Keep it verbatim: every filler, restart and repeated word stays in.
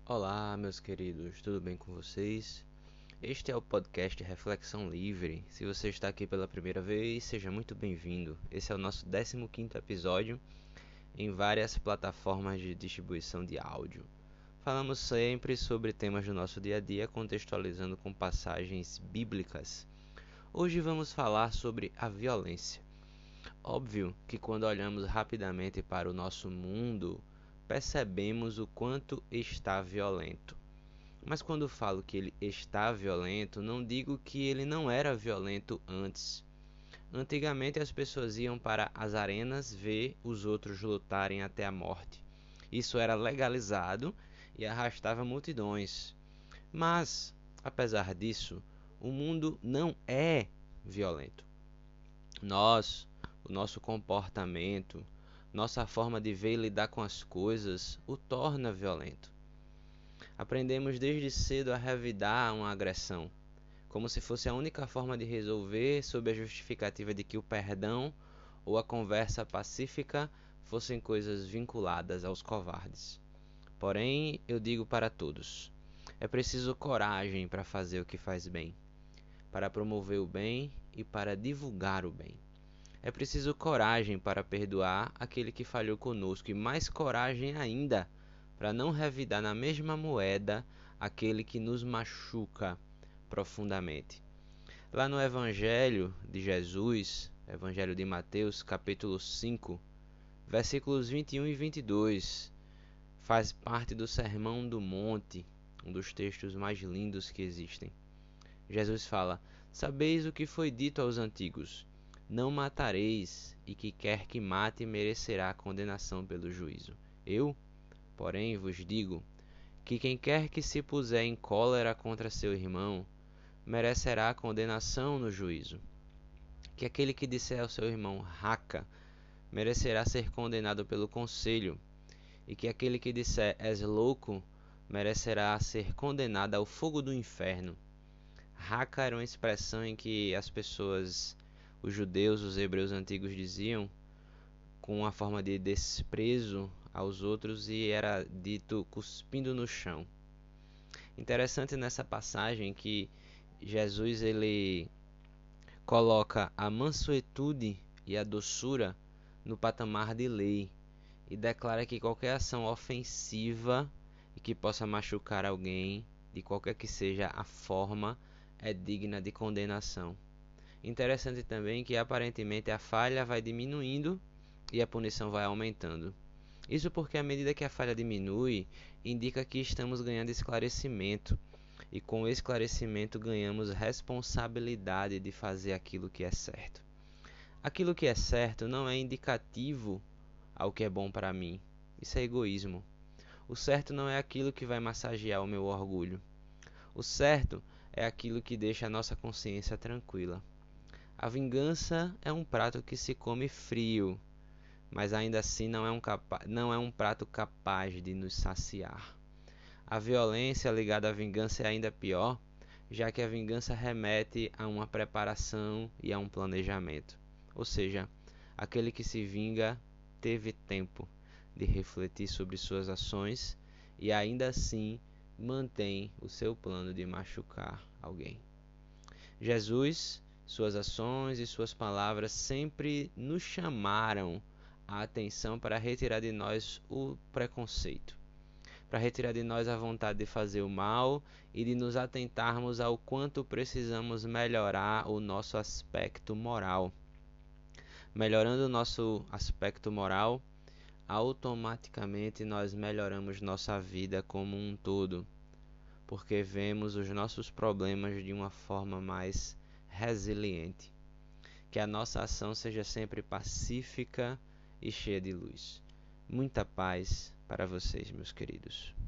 Olá, meus queridos, tudo bem com vocês? Este é o podcast Reflexão Livre. Se você está aqui pela primeira vez, seja muito bem-vindo. Esse é o nosso décimo quinto episódio em várias plataformas de distribuição de áudio. Falamos sempre sobre temas do nosso dia a dia, contextualizando com passagens bíblicas. Hoje vamos falar sobre a violência. Óbvio que quando olhamos rapidamente para o nosso mundo, percebemos o quanto está violento. Mas quando falo que ele está violento, não digo que ele não era violento antes. Antigamente as pessoas iam para as arenas ver os outros lutarem até a morte. Isso era legalizado e arrastava multidões. Mas, apesar disso, o mundo não é violento. Nós, o nosso comportamento, nossa forma de ver e lidar com as coisas o torna violento. Aprendemos desde cedo a revidar uma agressão, como se fosse a única forma de resolver, sob a justificativa de que o perdão ou a conversa pacífica fossem coisas vinculadas aos covardes. Porém, eu digo para todos: é preciso coragem para fazer o que faz bem, para promover o bem e para divulgar o bem. É preciso coragem para perdoar aquele que falhou conosco e mais coragem ainda para não revidar na mesma moeda aquele que nos machuca profundamente. Lá no Evangelho de Jesus, Evangelho de Mateus, capítulo cinco, versículos vinte e um e vinte e dois, faz parte do Sermão do Monte, um dos textos mais lindos que existem. Jesus fala: Sabeis o que foi dito aos antigos: não matareis, e que quer que mate merecerá condenação pelo juízo. Eu, porém, vos digo que quem quer que se puser em cólera contra seu irmão merecerá condenação no juízo. Que aquele que disser ao seu irmão raca merecerá ser condenado pelo conselho, e que aquele que disser és louco merecerá ser condenado ao fogo do inferno. Raca era uma expressão em que as pessoas, os judeus, os hebreus antigos diziam com uma forma de desprezo aos outros e era dito cuspindo no chão. Interessante nessa passagem que Jesus ele coloca a mansuetude e a doçura no patamar de lei e declara que qualquer ação ofensiva e que possa machucar alguém, de qualquer que seja a forma, é digna de condenação. Interessante também que aparentemente a falha vai diminuindo e a punição vai aumentando. Isso porque à medida que a falha diminui, indica que estamos ganhando esclarecimento, e com o esclarecimento ganhamos responsabilidade de fazer aquilo que é certo. Aquilo que é certo não é indicativo ao que é bom para mim. Isso é egoísmo. O certo não é aquilo que vai massagear o meu orgulho. O certo é aquilo que deixa a nossa consciência tranquila. A vingança é um prato que se come frio, mas ainda assim não é um, capa- não é um prato capaz de nos saciar. A violência ligada à vingança é ainda pior, já que a vingança remete a uma preparação e a um planejamento. Ou seja, aquele que se vinga teve tempo de refletir sobre suas ações e ainda assim mantém o seu plano de machucar alguém. Jesus, suas ações e suas palavras sempre nos chamaram a atenção para retirar de nós o preconceito, para retirar de nós a vontade de fazer o mal e de nos atentarmos ao quanto precisamos melhorar o nosso aspecto moral. Melhorando o nosso aspecto moral, automaticamente nós melhoramos nossa vida como um todo, porque vemos os nossos problemas de uma forma mais resiliente. Que a nossa ação seja sempre pacífica e cheia de luz. Muita paz para vocês, meus queridos.